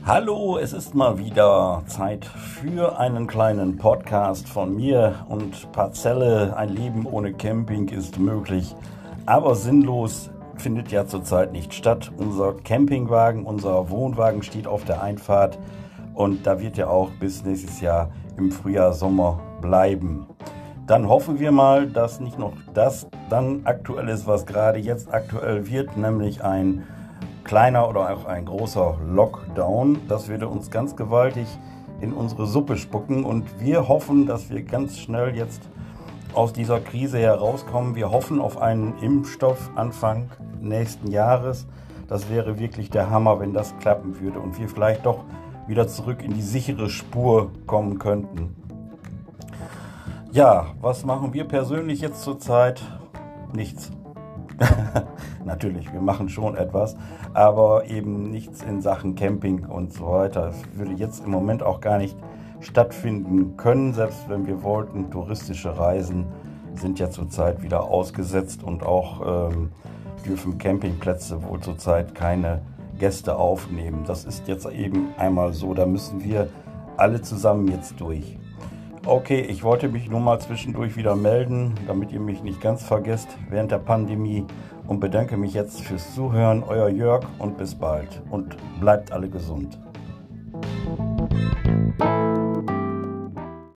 Hallo, es ist mal wieder Zeit für einen kleinen Podcast von mir und Parzelle. Ein Leben ohne Camping ist möglich, aber sinnlos findet ja zurzeit nicht statt. Unser Campingwagen, unser Wohnwagen steht auf der Einfahrt und da wird ja auch bis nächstes Jahr im Frühjahr, Sommer bleiben. Dann hoffen wir mal, dass nicht noch das dann aktuell ist, was gerade jetzt aktuell wird, nämlich ein kleiner oder auch ein großer Lockdown. Das würde uns ganz gewaltig in unsere Suppe spucken und wir hoffen, dass wir ganz schnell jetzt aus dieser Krise herauskommen. Wir hoffen auf einen Impfstoff Anfang nächsten Jahres. Das wäre wirklich der Hammer, wenn das klappen würde und wir vielleicht doch wieder zurück in die sichere Spur kommen könnten. Ja, was machen wir persönlich jetzt zurzeit? Nichts. Natürlich, wir machen schon etwas, aber eben nichts in Sachen Camping und so weiter. Das würde jetzt im Moment auch gar nicht stattfinden können, selbst wenn wir wollten. Touristische Reisen sind ja zurzeit wieder ausgesetzt und auch dürfen Campingplätze wohl zurzeit keine Gäste aufnehmen. Das ist jetzt eben einmal so, da müssen wir alle zusammen jetzt durch. Okay, ich wollte mich nur mal zwischendurch wieder melden, damit ihr mich nicht ganz vergesst während der Pandemie und bedanke mich jetzt fürs Zuhören. Euer Jörg und bis bald und bleibt alle gesund.